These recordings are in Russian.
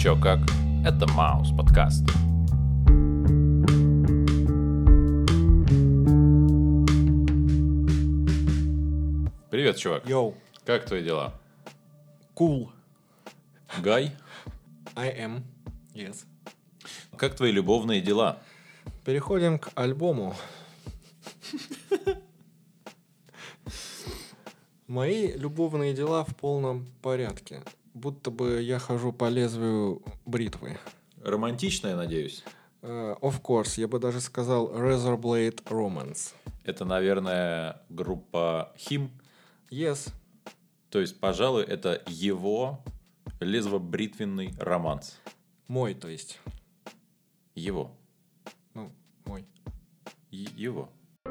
Чё как? Это Маус подкаст. Привет, чувак. Йоу. Как твои дела? Cool. Гай? I am. Yes. Как твои любовные дела? Переходим к альбому. Мои любовные дела в полном порядке. Будто бы я хожу по лезвию бритвы. Романтично, я надеюсь? Of course, я бы даже сказал Razorblade Romance. Это, наверное, группа Him. Yes. То есть, пожалуй, это его лезвобритвенный романс. Мой, то есть. Его. Ну, мой. Его.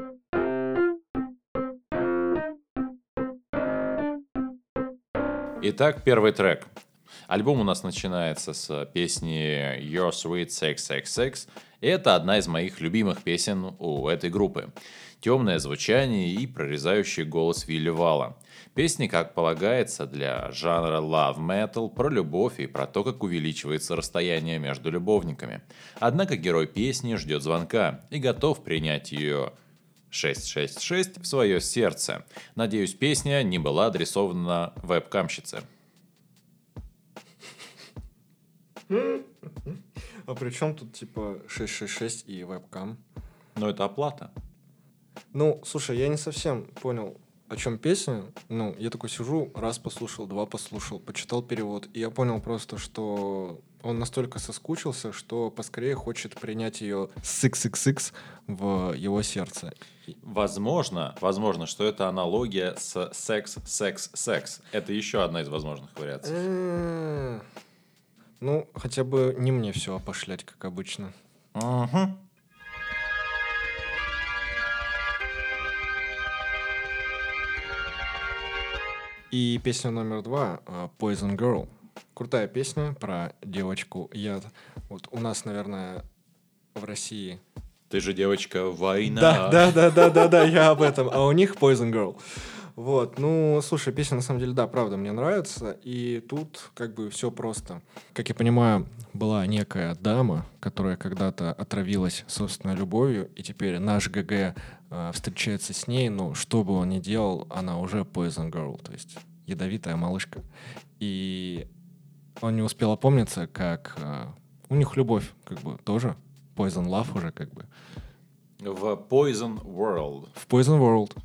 Итак, первый трек. Альбом у нас начинается с песни Your Sweet Sex Sex Sex. И это одна из моих любимых песен у этой группы. Темное звучание и прорезающий голос Вилли Валла. Песни, как полагается, для жанра love metal, про любовь и про то, как увеличивается расстояние между любовниками. Однако герой песни ждет звонка и готов принять ее 666 в свое сердце. Надеюсь, песня не была адресована вебкамщице. А при чем тут типа 666 и вебкам? Но это оплата. Ну, слушай, я не совсем понял, о чем песня. Ну, я такой сижу, раз послушал, два послушал, почитал перевод, и я понял просто, что он настолько соскучился, что поскорее хочет принять ее 666 в его сердце. Возможно, что это аналогия с секс. Это еще одна из возможных вариаций. Ну, хотя бы не мне все опошлять, как обычно. Угу. И песня номер 2 Poison Girl. Крутая песня про девочку яд. Вот у нас, наверное, в России. Ты же девочка война. Да, я об этом. А у них Poison Girl. Вот, ну, слушай, песня на самом деле, да, правда, мне нравится. И тут как бы все просто. Как я понимаю, была некая дама, которая когда-то отравилась собственной любовью, и теперь наш ГГ встречается с ней, но что бы он ни делал, она уже Poison Girl, то есть ядовитая малышка. И он не успел опомниться, как у них любовь как бы тоже, Poison Love уже как бы. В Poison World. В Poison World.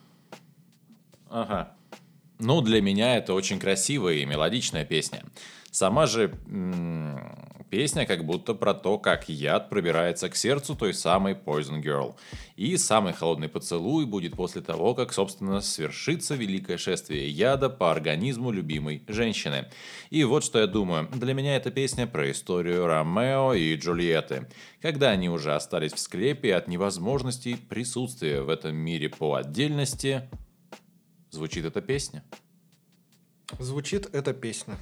Ага. Ну, для меня это очень красивая и мелодичная песня. Сама же песня как будто про то, как яд пробирается к сердцу той самой Poison Girl. И самый холодный поцелуй будет после того, как, собственно, свершится великое шествие яда по организму любимой женщины. И вот что я думаю. Для меня эта песня про историю Ромео и Джульетты. Когда они уже остались в склепе от невозможности присутствия в этом мире по отдельности, звучит эта песня. Звучит эта песня.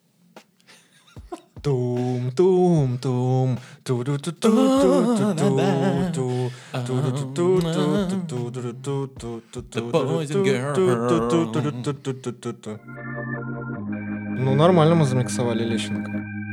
Тум-тум-тум, Ну, нормально мы замиксовали Лещенко.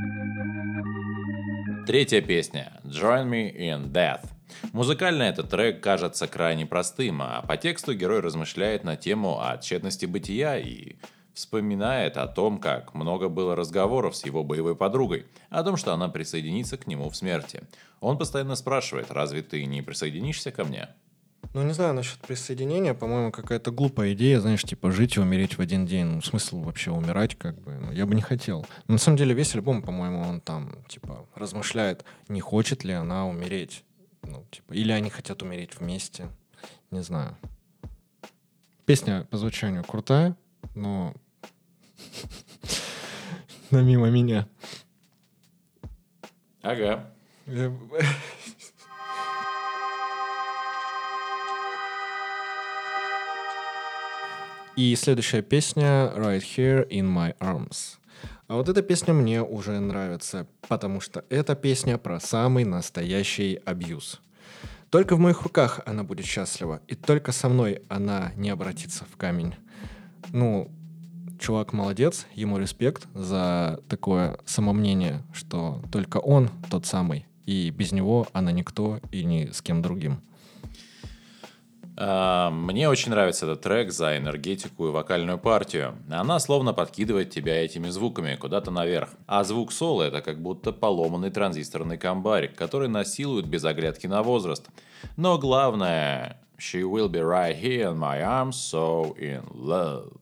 Третья песня Join Me in Death. Музыкально этот трек кажется крайне простым, а по тексту герой размышляет на тему о тщетности бытия и вспоминает о том, как много было разговоров с его боевой подругой, о том, что она присоединится к нему в смерти. Он постоянно спрашивает: разве ты не присоединишься ко мне? Ну, не знаю насчет присоединения, по-моему, какая-то глупая идея, знаешь, типа жить и умереть в один день. Ну, смысл вообще умирать, как бы, ну, я бы не хотел. Но на самом деле весь альбом, по-моему, он там, типа, размышляет, не хочет ли она умереть. Ну, типа, или они хотят умереть вместе, не знаю. Песня по звучанию крутая, но на мимо меня. Ага. И следующая песня Right Here in My Arms. А вот эта песня мне уже нравится, потому что эта песня про самый настоящий абьюз. Только в моих руках она будет счастлива, и только со мной она не обратится в камень. Ну, чувак молодец, ему респект за такое самомнение, что только он тот самый, и без него она никто и ни с кем другим. Мне очень нравится этот трек за энергетику и вокальную партию. Она словно подкидывает тебя этими звуками куда-то наверх. А звук соло — это как будто поломанный транзисторный комбарик, который насилует без оглядки на возраст. Но главное, she will be right here in my arms, so in love.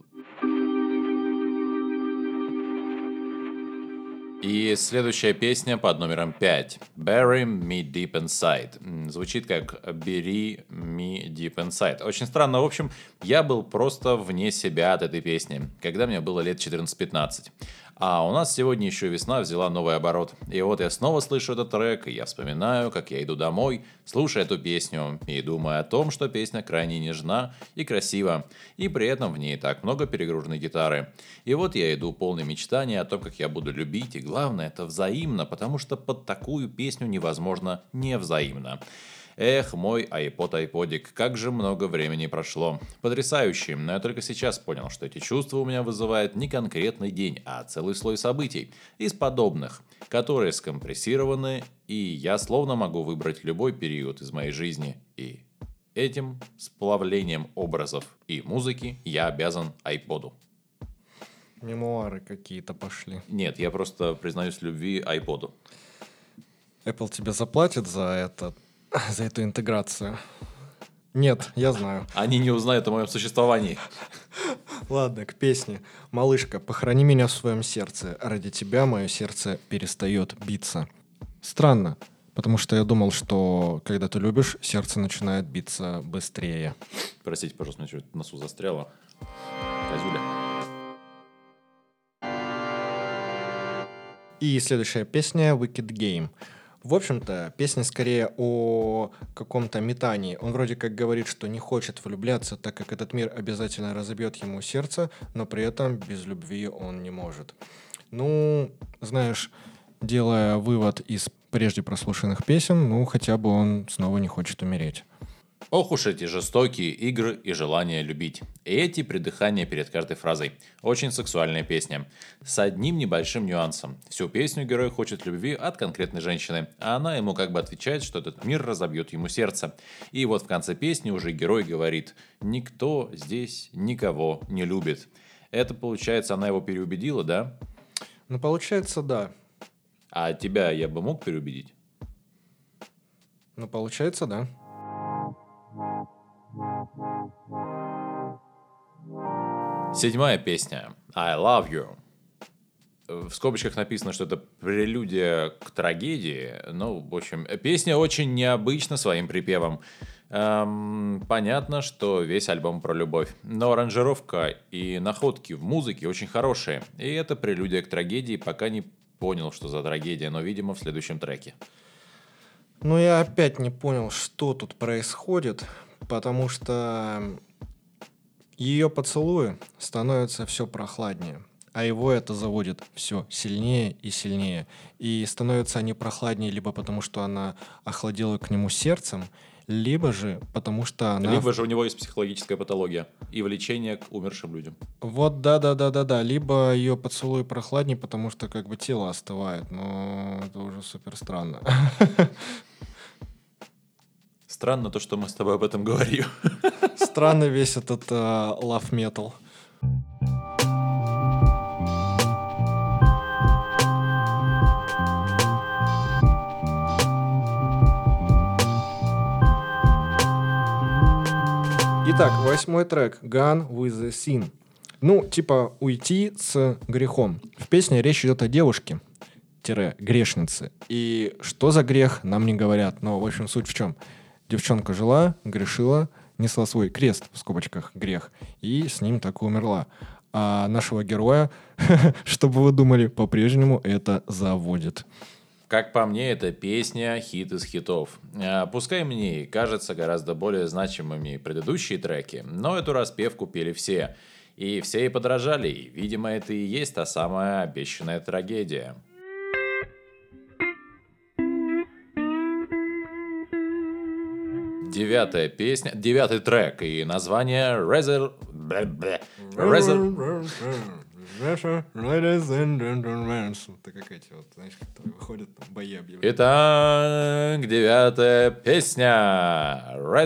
И следующая песня под номером 5. Bury Me Deep Inside. Звучит как «Бери Me Deep Inside». Очень странно. В общем, я был просто вне себя от этой песни, когда мне было лет 14-15. А у нас сегодня еще весна взяла новый оборот. И вот я снова слышу этот трек, и я вспоминаю, как я иду домой, слушая эту песню, и думаю о том, что песня крайне нежна и красива, и при этом в ней так много перегруженной гитары. И вот я иду полный мечтаний о том, как я буду любить, и главное, это взаимно, потому что под такую песню невозможно невзаимно. Эх, мой айподик, как же много времени прошло. Потрясающе, но я только сейчас понял, что эти чувства у меня вызывает не конкретный день, а целый слой событий, из подобных, которые скомпрессированы, и я словно могу выбрать любой период из моей жизни. И этим сплавлением образов и музыки я обязан айподу. Мемуары какие-то пошли. Нет, я просто признаюсь в любви айподу. Apple тебе заплатит за эту интеграцию? Нет, я знаю. Они не узнают о моем существовании. Ладно, к песне. «Малышка, похорони меня в своем сердце. Ради тебя мое сердце перестает биться». Странно, потому что я думал, что когда ты любишь, сердце начинает биться быстрее. Простите, пожалуйста, мне что-то в носу застряло. Козюля. И следующая песня «Wicked Game». В общем-то, песня скорее о каком-то метании. Он вроде как говорит, что не хочет влюбляться, так как этот мир обязательно разобьет ему сердце, но при этом без любви он не может. Ну, знаешь, делая вывод из прежде прослушанных песен, хотя бы он снова не хочет умереть. Ох уж эти жестокие игры и желание любить. И эти придыхания перед каждой фразой. Очень сексуальная песня. С одним небольшим нюансом. Всю песню герой хочет любви от конкретной женщины, а она ему как бы отвечает, что этот мир разобьет ему сердце. И вот в конце песни уже герой говорит: «Никто здесь никого не любит». Это, получается, она его переубедила, да? Ну, получается, да. А тебя я бы мог переубедить? Ну, получается, да. Седьмая песня «I Love You». В скобочках написано, что это прелюдия к трагедии. Ну, в общем, песня очень необычна своим припевом. Понятно, что весь альбом про любовь. Но аранжировка и находки в музыке очень хорошие. И это прелюдия к трагедии, пока не понял, что за трагедия, но, видимо, в следующем треке. Ну, я опять не понял, что тут происходит, потому что ее поцелуи становятся все прохладнее, а его это заводит все сильнее и сильнее. И становятся они прохладнее либо потому, что она охладила к нему сердцем, либо же потому, что она... Либо же у него есть психологическая патология и влечение к умершим людям. Вот, да. Либо ее поцелуи прохладнее, потому что как бы тело остывает, но это уже супер странно. Странно то, что мы с тобой об этом говорим. Странно весь этот love metal. Итак, 8-й трек «Gone with the Sin». Ну, типа уйти с грехом. В песне речь идет о девушке-грешнице. И что за грех, нам не говорят. Но, в общем, суть в чем? Девчонка жила, грешила, несла свой крест, в скобочках, грех, и с ним так и умерла. А нашего героя, чтобы вы думали, по-прежнему это заводит. Как по мне, эта песня хит из хитов. Пускай мне кажется гораздо более значимыми предыдущие треки, но эту распевку пели все. И все ей подражали, и, видимо, это и есть та самая обещанная трагедия. Девятая песня, 9-й трек, и название Ladies and gentlemen. Это как эти вот, знаешь, которые выходят, там бои объявляют. Итак, 9-я песня.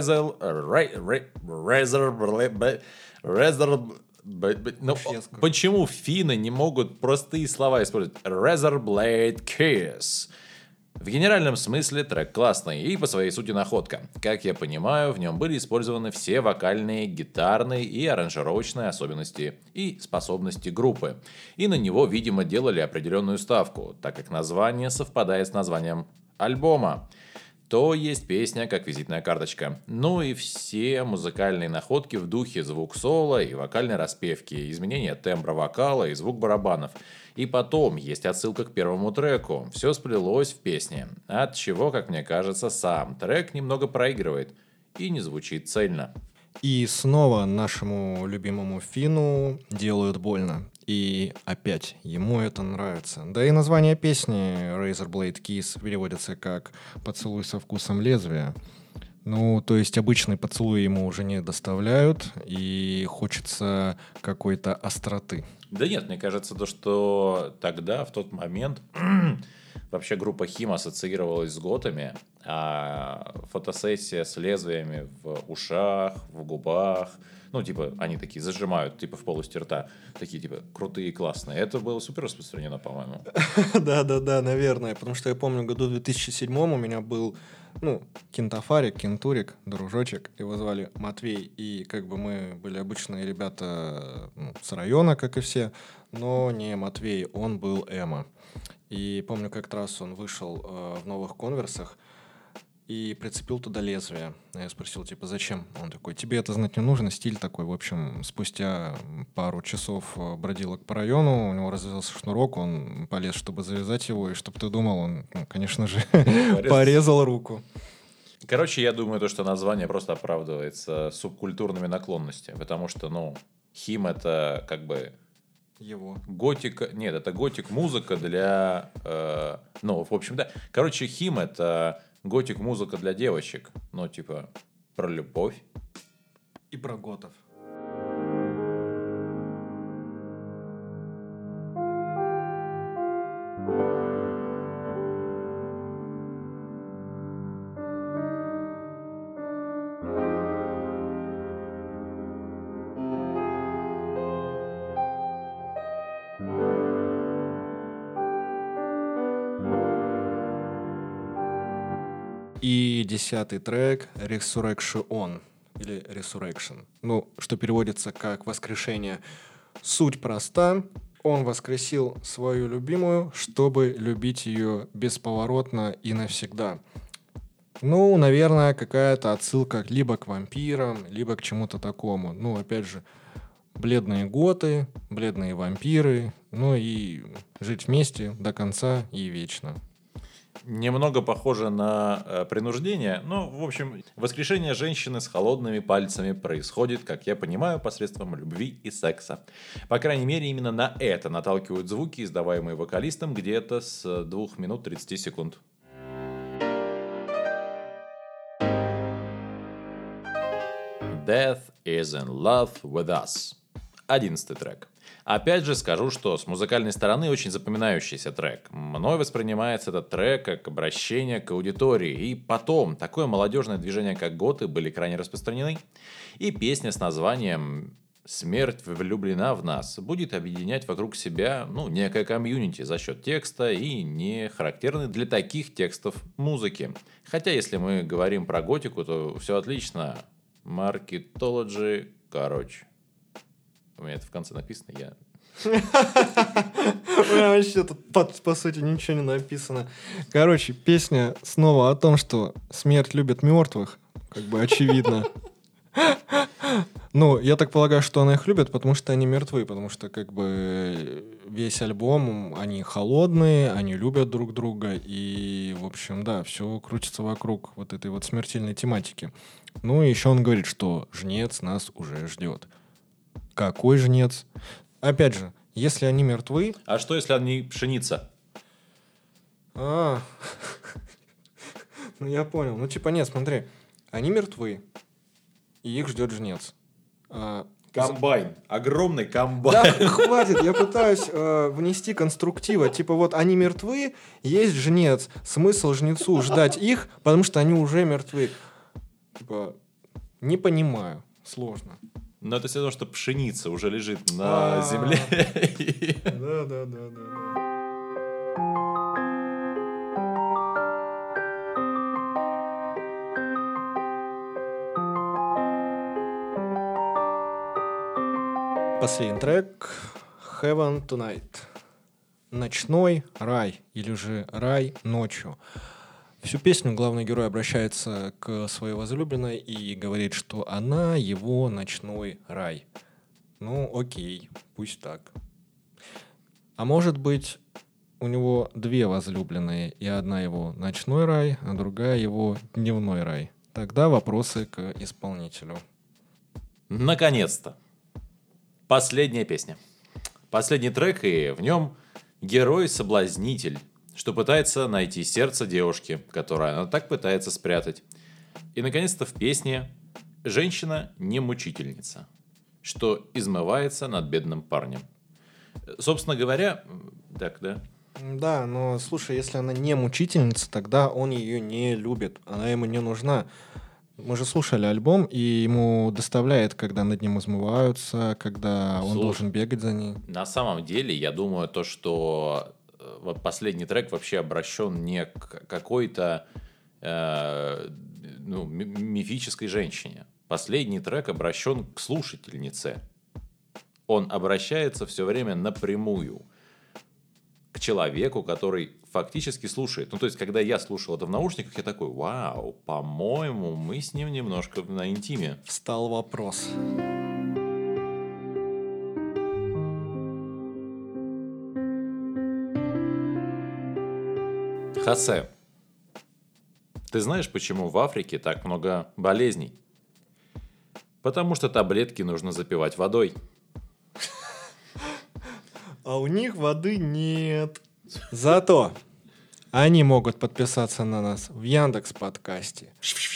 Ну, почему финны не могут простые слова использовать? Razor Blade Kiss. В генеральном смысле трек классный и по своей сути находка. Как я понимаю, в нем были использованы все вокальные, гитарные и аранжировочные особенности и способности группы. И на него, видимо, делали определенную ставку, так как название совпадает с названием альбома. То есть песня как визитная карточка. Ну и все музыкальные находки в духе звук соло и вокальной распевки, изменение тембра вокала и звук барабанов. И потом есть отсылка к первому треку. Все сплелось в песне. От чего, как мне кажется, сам трек немного проигрывает и не звучит цельно. И снова нашему любимому Фину делают больно. И опять ему это нравится. Да и название песни Razor Blade Kiss переводится как «поцелуй со вкусом лезвия». Ну, то есть обычный поцелуй ему уже не доставляют, и хочется какой-то остроты. Да нет, мне кажется, то, что тогда, в тот момент, вообще группа Хим ассоциировалась с готами, а фотосессия с лезвиями в ушах, в губах, ну, типа, они такие зажимают, типа, в полости рта, такие, типа, крутые и классные. Это было супер распространено, по-моему. Да-да-да, наверное, потому что я помню, в году 2007 у меня был, кентафарик, кентурик, дружочек, его звали Матвей, и как бы мы были обычные ребята с района, как и все, но не Матвей, он был Эма. И помню, как-то раз он вышел в новых конверсах и прицепил туда лезвие. Я спросил, типа, зачем? Он такой, тебе это знать не нужно, стиль такой. В общем, спустя пару часов бродилок по району, у него развязался шнурок, он полез, чтобы завязать его, и чтобы ты думал, он, конечно же, порезал руку. Короче, я думаю, то, что название просто оправдывается субкультурными наклонностями, потому что, Хим это как бы... Его. Готика... Нет, это готик-музыка для... в общем, да. Короче, Хим это... Готик-музыка для девочек. Типа, про любовь. И про готов. И 10-й трек Resurrection или Resurrection, что переводится как «воскрешение». Суть проста. Он воскресил свою любимую, чтобы любить ее бесповоротно и навсегда. Наверное, какая-то отсылка либо к вампирам, либо к чему-то такому. Опять же, бледные готы, бледные вампиры, и жить вместе до конца и вечно. Немного похоже на принуждение. В общем, воскрешение женщины с холодными пальцами происходит, как я понимаю, посредством любви и секса. По крайней мере, именно на это наталкивают звуки, издаваемые вокалистом где-то с 2 минут 30 секунд. Death is in love with us. 11-й трек. Опять же скажу, что с музыкальной стороны очень запоминающийся трек. Мной воспринимается этот трек как обращение к аудитории. И потом, такое молодежное движение, как готы, были крайне распространены. И песня с названием «Смерть влюблена в нас» будет объединять вокруг себя, некое комьюнити за счет текста и не характерной для таких текстов музыки. Хотя, если мы говорим про готику, то все отлично. Marketology, короче. У меня это в конце написано, я... Вообще тут, по сути, ничего не написано. Короче, песня снова о том, что смерть любит мертвых, как бы очевидно. Я так полагаю, что она их любит, потому что они мертвы, потому что как бы весь альбом, они холодные, они любят друг друга, и, в общем, да, все крутится вокруг вот этой вот смертельной тематики. И еще он говорит, что жнец нас уже ждет. Какой жнец? Опять же, если они мертвы... А что, если они пшеница? Я понял. Нет, смотри. Они мертвы, и их ждет жнец. Комбайн. Огромный Да, комбайн. хватит, я пытаюсь внести конструктива. Типа вот они мертвы, есть жнец. Смысл жнецу ждать их, потому что они уже мертвы. Типа, не понимаю. Сложно. Но это все равно, что пшеница уже лежит на земле. Да. Последний трек Heaven Tonight. Ночной рай или же рай ночью. Всю песню главный герой обращается к своей возлюбленной и говорит, что она его ночной рай. Ну, окей, пусть так. А может быть, у него две возлюбленные, и одна его ночной рай, а другая его дневной рай. Тогда вопросы к исполнителю. Наконец-то. Последняя песня. Последний трек, и в нем герой-соблазнитель, что пытается найти сердце девушки, которое она так пытается спрятать. И, наконец-то, в песне женщина не мучительница, что измывается над бедным парнем. Собственно говоря, так, да? Да, но слушай, если она не мучительница, тогда он ее не любит, она ему не нужна. Мы же слушали альбом, и ему доставляет, когда над ним измываются, когда он должен бегать за ней. На самом деле, я думаю, то, что вот последний трек вообще обращен не к какой-то мифической женщине. Последний трек обращен к слушательнице. Он обращается все время напрямую к человеку, который фактически слушает. Ну, то есть, когда я слушал это в наушниках, я такой: вау, по-моему, мы с ним немножко на интиме. Встал вопрос. Хосе, ты знаешь, почему в Африке так много болезней? Потому что таблетки нужно запивать водой. А у них воды нет. Зато они могут подписаться на нас в Яндекс.Подкасте,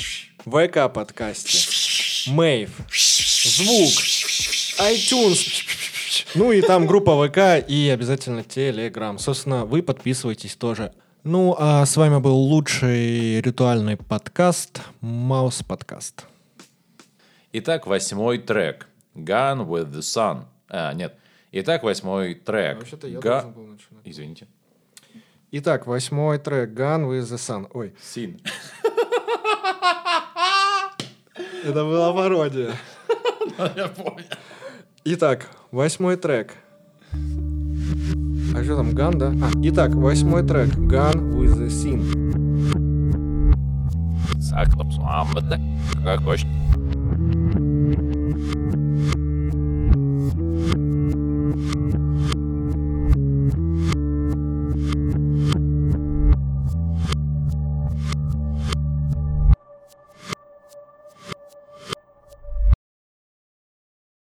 ВК-подкасте, Мэйв, Звук, iTunes, ну и там группа ВК и обязательно Телеграм. Собственно, вы подписывайтесь тоже. Ну, а с вами был лучший ритуальный подкаст Маус Подкаст. Итак, 8-й трек Gone with the Sun. Нет. Итак, 8-й трек. Вообще-то я должен был начинать. Извините. Итак, 8-й трек Gone with the Sun. Ой. Син. Это была пародия. Я понял. Итак, 8-й трек. А что там, Gun, да? Итак, 8-й трек Gone with the Sun. Как хочешь.